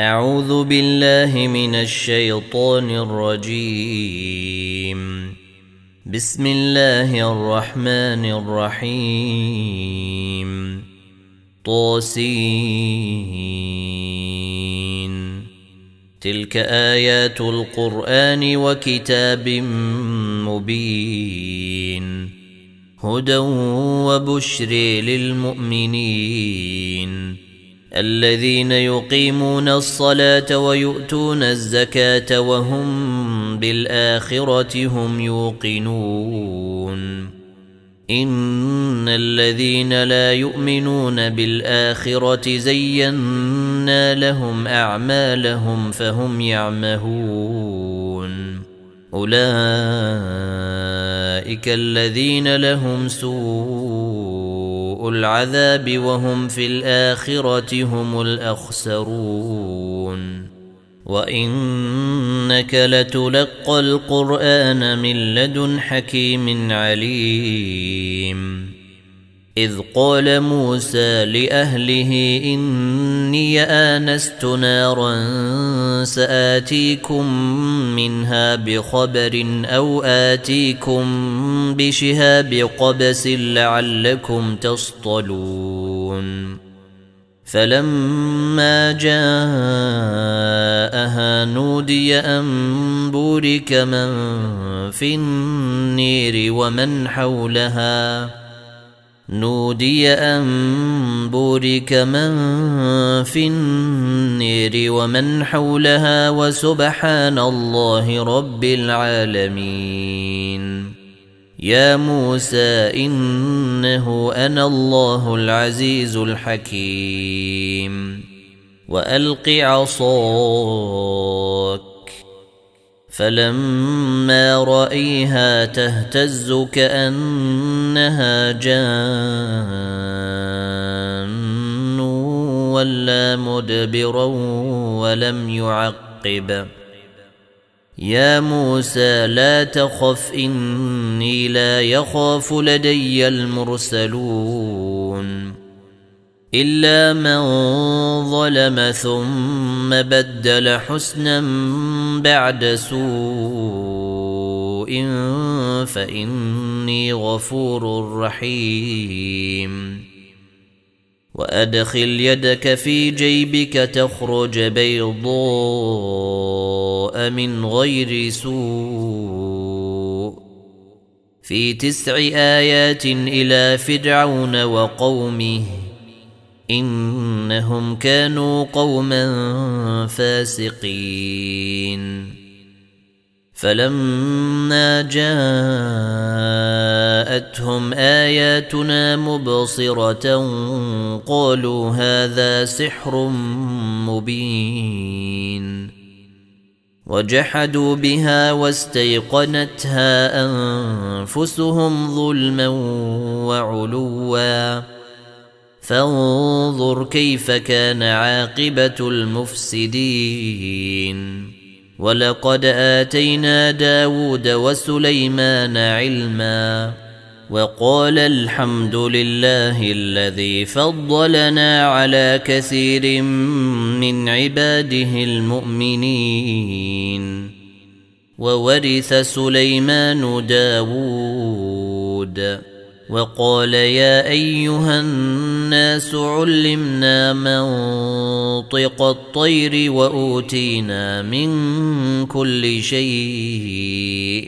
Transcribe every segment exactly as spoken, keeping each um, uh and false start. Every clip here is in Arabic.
أعوذ بالله من الشيطان الرجيم. بسم الله الرحمن الرحيم. طاسين. تلك آيات القرآن وكتاب مبين، هدى وبشر للمؤمنين الذين يقيمون الصلاة ويؤتون الزكاة وهم بالآخرة هم يوقنون. إن الذين لا يؤمنون بالآخرة زينا لهم أعمالهم فهم يعمهون. أولئك الذين لهم سوء العذاب وهم في الآخرة هم الأخسرون. وإنك لتلقى القرآن من لدن حكيم عليم. إذ قال موسى لأهله إني آنست نارا سآتيكم منها بخبر أو آتيكم بشهاب قبس لعلكم تصطلون. فلما جاءها نودي أن بورك من في النير ومن حولها نودي أن بورك من في النير ومن حولها وسبحان الله رب العالمين. يا موسى إنه أنا الله العزيز الحكيم. وألق عصاك. فلما رأيها تهتز كأنها جان ولا مدبرا ولم يعقب. يا موسى لا تخف إني لا يخاف لدي المرسلون. إلا من ظلم ثم بدل حسنا بعد سوء فإني غفور رحيم. وأدخل يدك في جيبك تخرج بيضاء من غير سوء في تسع آيات إلى فرعون وقومه إنهم كانوا قوما فاسقين. فلما جاءتهم آياتنا مبصرة قالوا هذا سحر مبين. وجحدوا بها واستيقنتها أنفسهم ظلما وعلوا فانظر كيف كان عاقبة المفسدين. ولقد آتينا داود وسليمان علما وقال الحمد لله الذي فضلنا على كثير من عباده المؤمنين. وورث سليمان داود وقال يا أيها الناس علمنا منطق الطير وأوتينا من كل شيء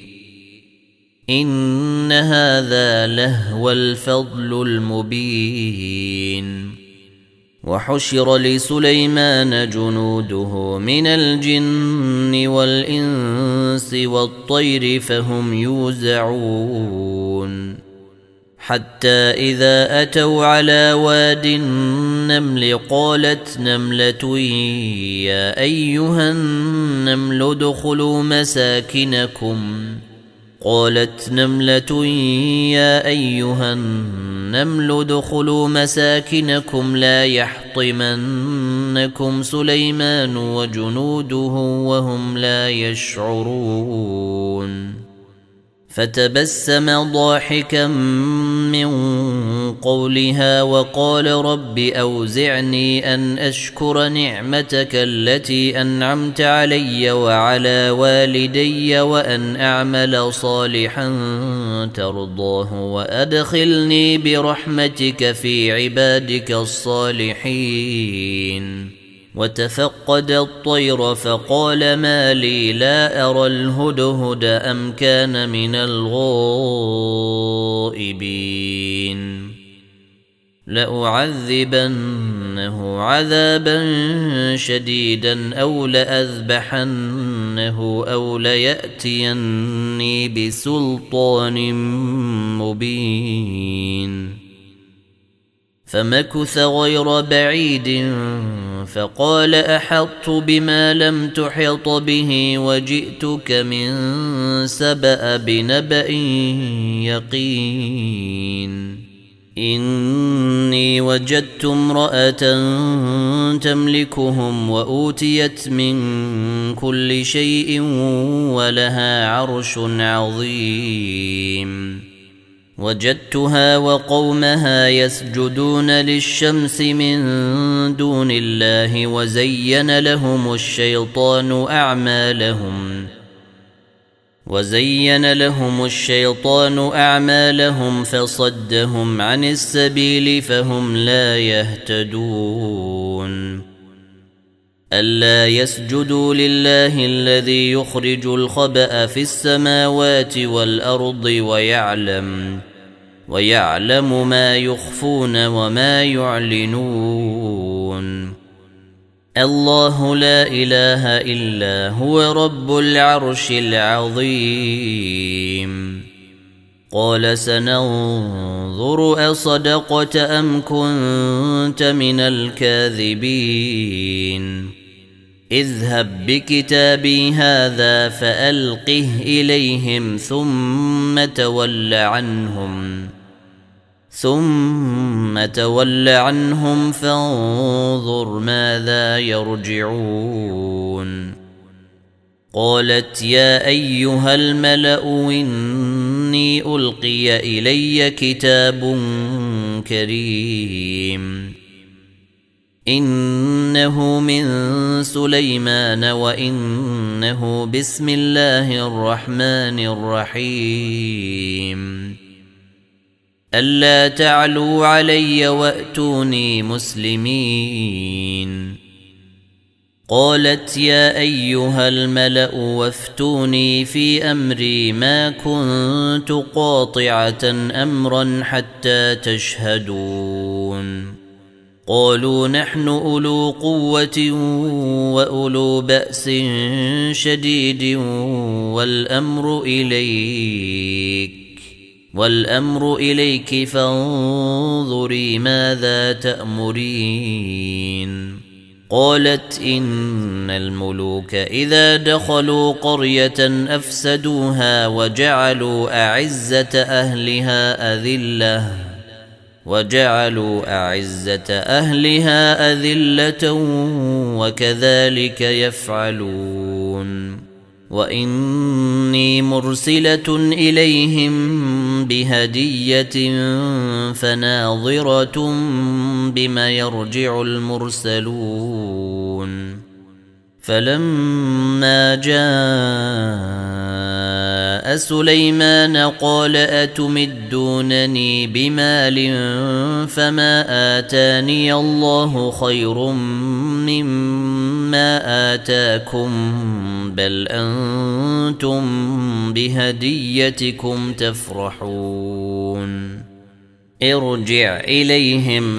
إن هذا لهو الفضل المبين. وحشر لسليمان جنوده من الجن والإنس والطير فهم يوزعون. حتى إذا أتوا على واد النمل قالت نملة يا أيها النمل ادخلوا مساكنكم قالت نملة يا أيها النمل ادخلوا مساكنكم لا يحطمنكم سليمان وجنوده وهم لا يشعرون. فتبسم ضاحكا من قولها وقال رب أوزعني أن أشكر نعمتك التي أنعمت علي وعلى والدي وأن أعمل صالحا ترضاه وأدخلني برحمتك في عبادك الصالحين. وتفقد الطير فقال ما لي لا أرى الهدهد أم كان من الغائبين لأعذبنه عذابا شديدا أو لأذبحنه أو ليأتيني بسلطان مبين. فمكث غير بعيد فقال أحطت بما لم تحط به وجئتك من سبأ بنبأ يقين. إني وجدت امرأة تملكهم وأوتيت من كل شيء ولها عرش عظيم. وجدتها وقومها يسجدون للشمس من دون الله وزين لهم الشيطان أعمالهم وزين لهم الشيطان أعمالهم فصدهم عن السبيل فهم لا يهتدون. ألا يسجدوا لله الذي يخرج الخبأ في السماوات والأرض ويعلم ويعلم ما يخفون وما يعلنون. الله لا إله إلا هو رب العرش العظيم. قال سننظر أصدقت أم كنت من الكاذبين. اذهب بكتابي هذا فألقه إليهم ثم تول عنهم ثم تول عنهم فانظر ماذا يرجعون. قالت يا أيها الملأ إني ألقي إلي كتاب كريم إنه من سليمان وإنه بسم الله الرحمن الرحيم. ألا تعلوا علي وأتوني مسلمين. قالت يا أيها الملأ وافتوني في أمري ما كنت قاطعة أمرا حتى تشهدون. قالوا نحن أولو قوة وأولو بأس شديد والأمر إليك والأمر إليك فانظري ماذا تأمرين. قالت إن الملوك إذا دخلوا قرية أفسدوها وجعلوا أعزة أهلها أذلة وجعلوا أعزة أهلها أذلة وكذلك يفعلون. وإني مرسلة إليهم بهدية فناظرة بما يرجع المرسلون. فلما جاء سليمان قال أتمدونني بمال فما آتاني الله خير مما آتاكم بل أنتم بهديتكم تفرحون. ارجع إليهم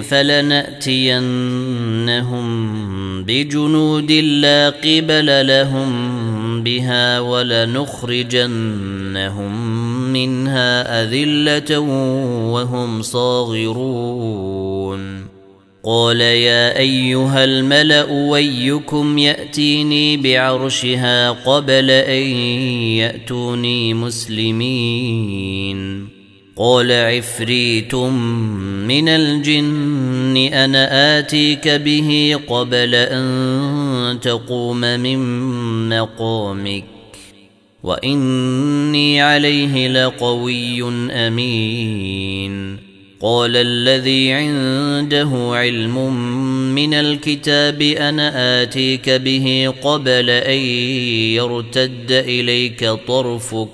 فلنأتينهم بجنود لا قبل لهم بها ولنخرجنهم منها أذلة وهم صاغرون. قال يا أيها الملأ ويكم يأتيني بعرشها قبل أن يأتوني مسلمين. قال عفريت من الجن أنا آتيك به قبل أن تقوم من مقامك وإني عليه لقوي أمين. قال الذي عنده علم من الكتاب أنا آتيك به قبل أن يرتد إليك طرفك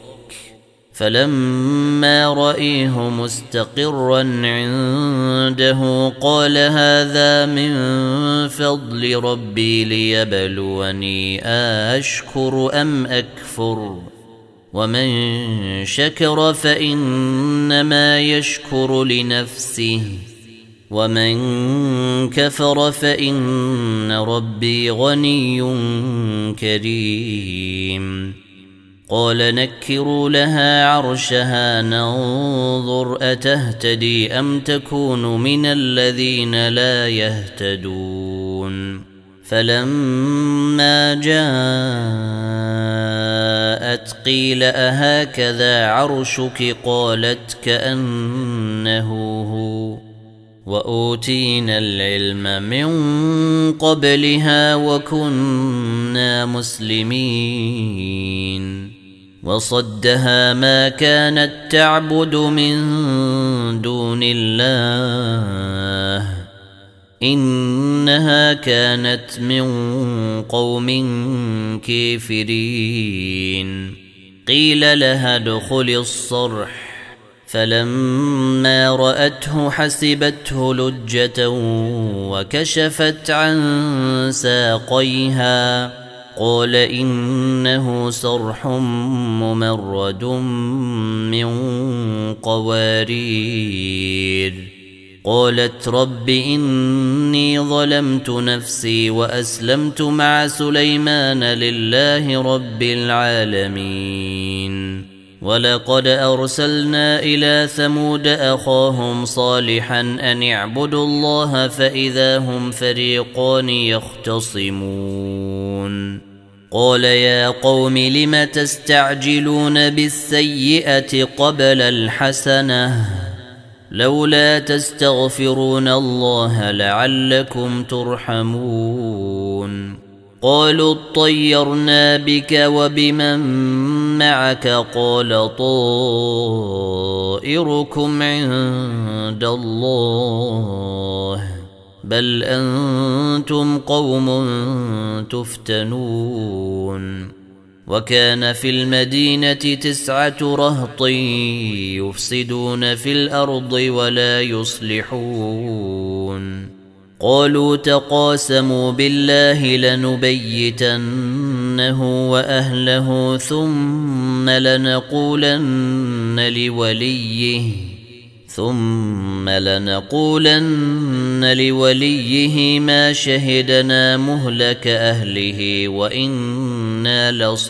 فلما رأيه مستقرا عنده قال هذا من فضل ربي ليبلوني أشكر أم أكفر ومن شكر فإنما يشكر لنفسه ومن كفر فإن ربي غني كريم. قال نكروا لها عرشها ننظر أتهتدي أم تكون من الذين لا يهتدون. فلما جاءت قيل أهكذا عرشك قالت كأنه هو وأوتينا العلم من قبلها وكنا مسلمين. وصدها ما كانت تعبد من دون الله إنها كانت من قوم كافرين. قيل لها ادخل الصرح فلما رأته حسبته لجة وكشفت عن ساقيها قال إنه صرح ممرد من قوارير. قالت رب إني ظلمت نفسي وأسلمت مع سليمان لله رب العالمين. ولقد أرسلنا إلى ثمود أخاهم صالحا أن اعبدوا الله فإذا هم فريقان يختصمون. قال يا قوم لم تستعجلون بالسيئة قبل الحسنة لولا تستغفرون الله لعلكم ترحمون. قالوا اطيرنا بك وبمن معك قال طائركم عند الله بل أنتم قوم تفتنون. وكان في المدينة تسعة رهط يفسدون في الأرض ولا يصلحون. قالوا تقاسموا بالله لنبيتنه وأهله ثم لنقولن لوليه ثم لنقولن لوليه ما شهدنا مهلك أهله وإنا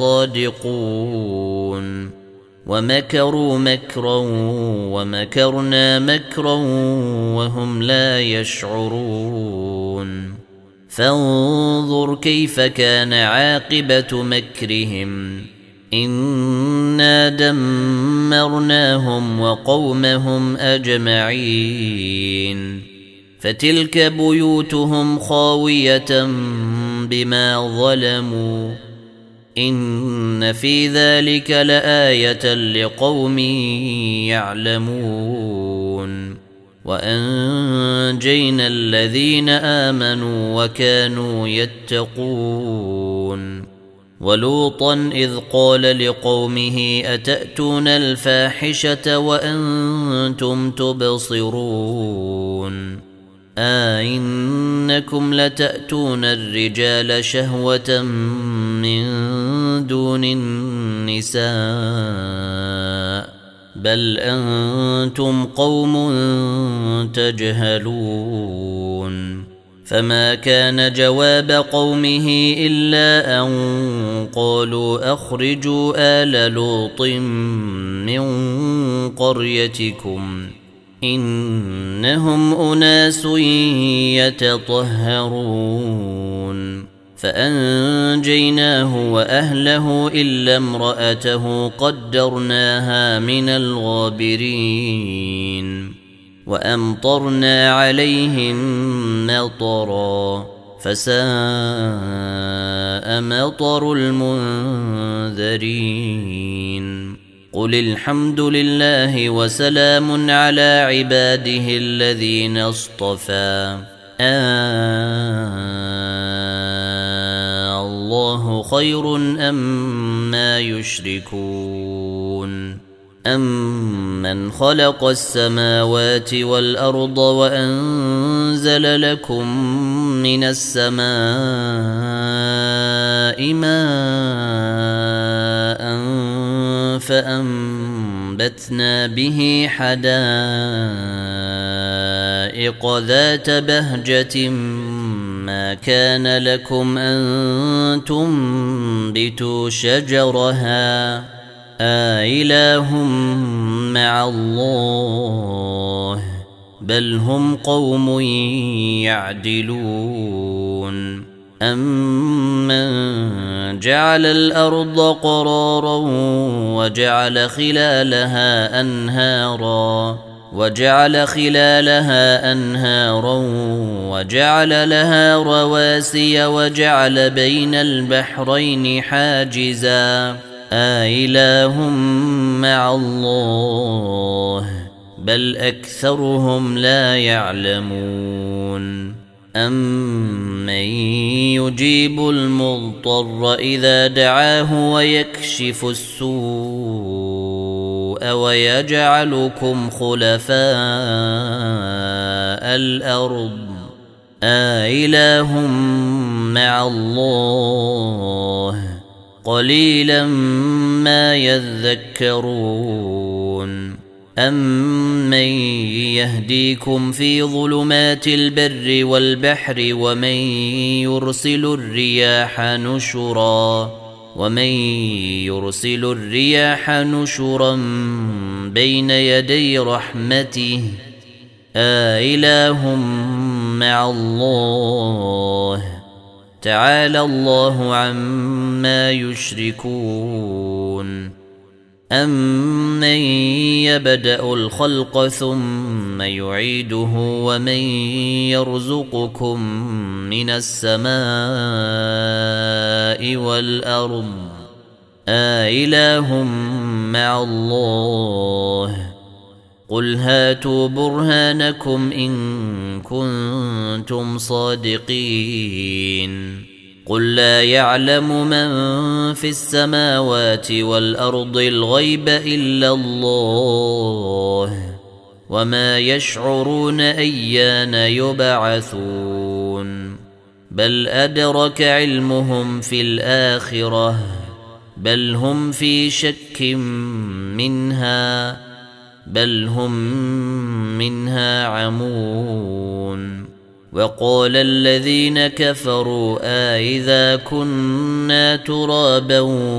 لصادقون. ومكروا مكرا ومكرنا مكرا وهم لا يشعرون. فانظر كيف كان عاقبة مكرهم إنا دمرناهم وقومهم أجمعين. فتلك بيوتهم خاوية بما ظلموا إن في ذلك لآية لقوم يعلمون. وأنجينا الذين آمنوا وكانوا يتقون. ولوطا إذ قال لقومه أتأتون الفاحشة وأنتم تبصرون أئنكم لتأتون الرجال شهوة من دون النساء بل أنتم قوم تجهلون. فما كان جواب قومه إلا أن قالوا أخرجوا آل لوط من قريتكم إنهم أناس يتطهرون. فأنجيناه وأهله إلا امرأته قدرناها من الغابرين. وأمطرنا عليهم مطرا فساء مطر المنذرين قل الحمد لله وسلام على عباده الذين اصطفى آه الله خير أما يشركون أمن خلق السماوات والأرض وأنزل لكم من السماء ماء فأنبتنا به حدائق ذات بهجة ما كان لكم أن تنبتوا شجرها آإله مع الله بل هم قوم يعدلون أمن جعل الأرض قرارا وجعل خلالها أنهارا وجعل خلالها أنهارا وجعل لها رواسي وجعل بين البحرين حاجزا آإله مع الله بل أكثرهم لا يعلمون أمن يجيب المضطر إذا دعاه ويكشف السوء ويجعلكم خلفاء الأرض آإله مع الله قليلا ما يذكرون أمن يهديكم في ظلمات البر والبحر ومن يرسل الرياح نشرا ومن يرسل الرياح نشرا بين يدي رحمته آإله مع الله تعالى الله عما يشركون أمن يبدأ الخلق ثم يعيده ومن يرزقكم من السماء والأرض آإله مع الله قل هاتوا برهانكم إن كنتم صادقين قل لا يعلم من في السماوات والأرض الغيب إلا الله وما يشعرون أيان يبعثون بل أدرك علمهم في الآخرة بل هم في شك منها بل هم منها عمون وقال الذين كفروا آئذا كنا ترابا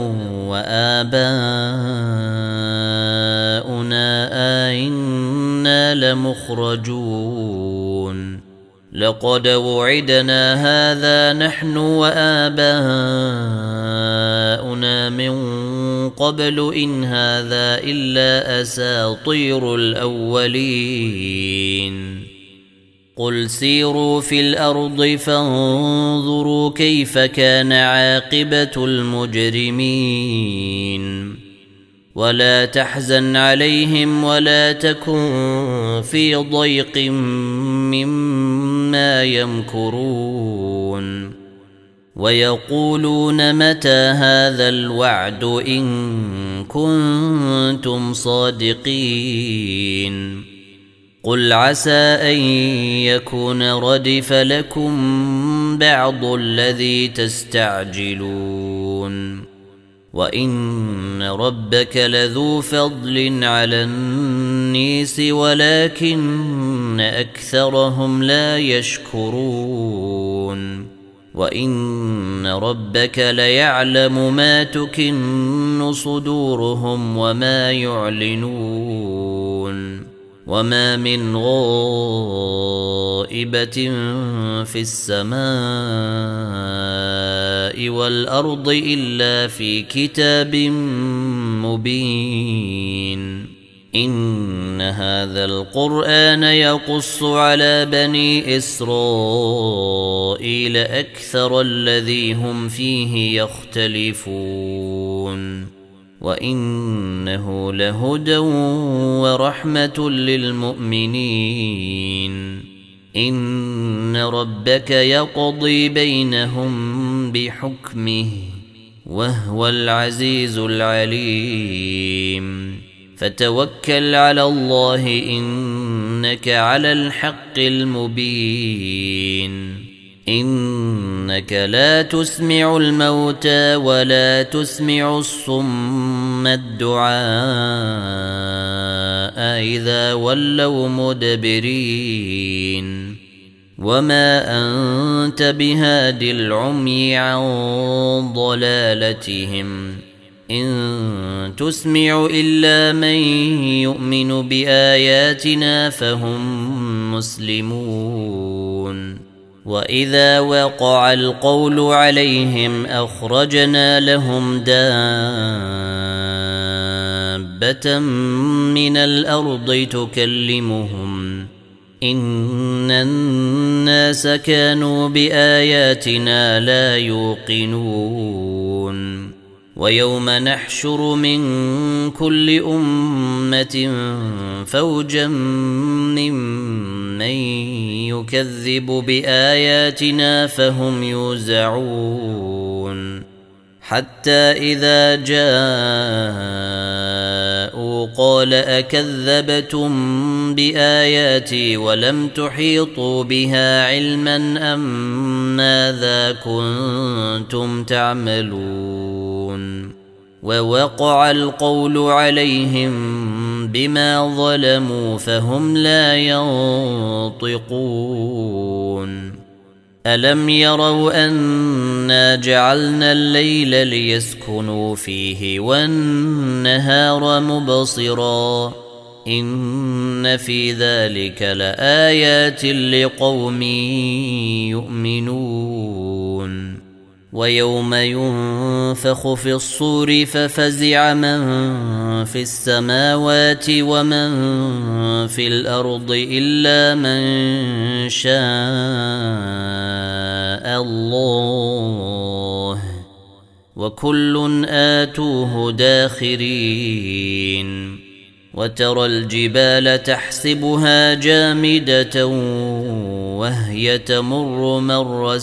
وآباؤنا آئنا لمخرجون لقد وعدنا هذا نحن وآباؤنا من قبل إن هذا إلا أساطير الأولين قل سيروا في الأرض فانظروا كيف كان عاقبة المجرمين ولا تحزن عليهم ولا تكن في ضيق مما يمكرون ويقولون متى هذا الوعد إن كنتم صادقين قل عسى أن يكون ردف لكم بعض الذي تستعجلون وإن ربك لذو فضل على النيس ولكن أكثرهم لا يشكرون وإن ربك ليعلم ما تكن صدورهم وما يعلنون وما من غائبة في السماء والأرض إلا في كتاب مبين إن هذا القرآن يقص على بني إسرائيل أكثر الذي هم فيه يختلفون وإنه لهدى ورحمة للمؤمنين إن ربك يقضي بينهم بحكمه وهو العزيز العليم فتوكل على الله إنك على الحق المبين إنك لا تسمع الموتى ولا تسمع الصم الدعاء إذا ولوا مدبرين وما أنت بهاد العمي عن ضلالتهم إن تسمع إلا من يؤمن بآياتنا فهم مسلمون وإذا وقع القول عليهم أخرجنا لهم دابة من الأرض تكلمهم إن الناس كانوا بآياتنا لا يوقنون ويوم نحشر من كل أمة فوجا ممن يكذب بآياتنا فهم يوزعون حتى إذا جاءوا قال أكذبتم بآياتي ولم تحيطوا بها علما أم ماذا كنتم تعملون ووقع القول عليهم بما ظلموا فهم لا ينطقون ألم يروا أنا جعلنا الليل ليسكنوا فيه والنهار مبصرا إن في ذلك لآيات لقوم يؤمنون ويوم ينفخ في الصور ففزع من في السماوات ومن في الأرض إلا من شاء الله وكل آتوه داخرين وترى الجبال تحسبها جامدة وهي تمر مر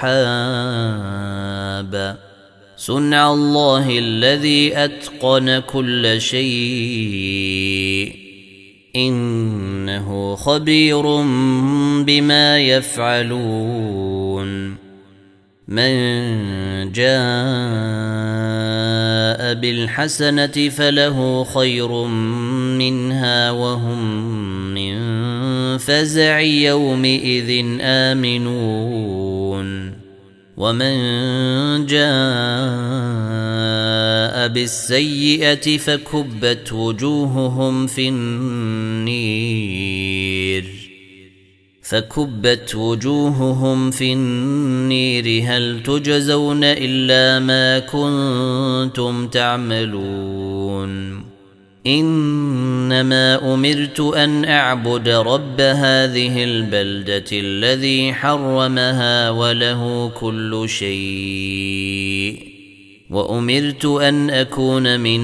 السحاب صنع الله الذي أتقن كل شيء إنه خبير بما يفعلون من جاء بالحسنة فله خير منها وهم من فزع يومئذ آمنون ومن جاء بالسيئة فكبت وجوههم في النير فكبت وجوههم في النير هل تجزون إلا ما كنتم تعملون إنما أمرت أن أعبد رب هذه البلدة الذي حرمها وله كل شيء وأمرت أن أكون من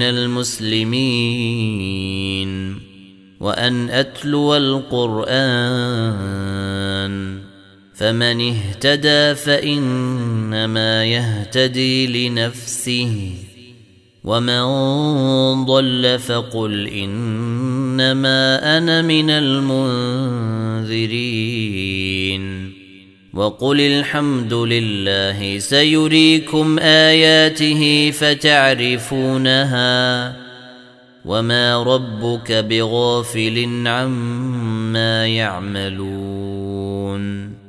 المسلمين وأن أتلو القرآن فمن اهتدى فإنما يهتدي لنفسه ومن ضل فقل إنما أنا من المنذرين وقل الحمد لله سيريكم آياته فتعرفونها وما ربك بغافل عما يعملون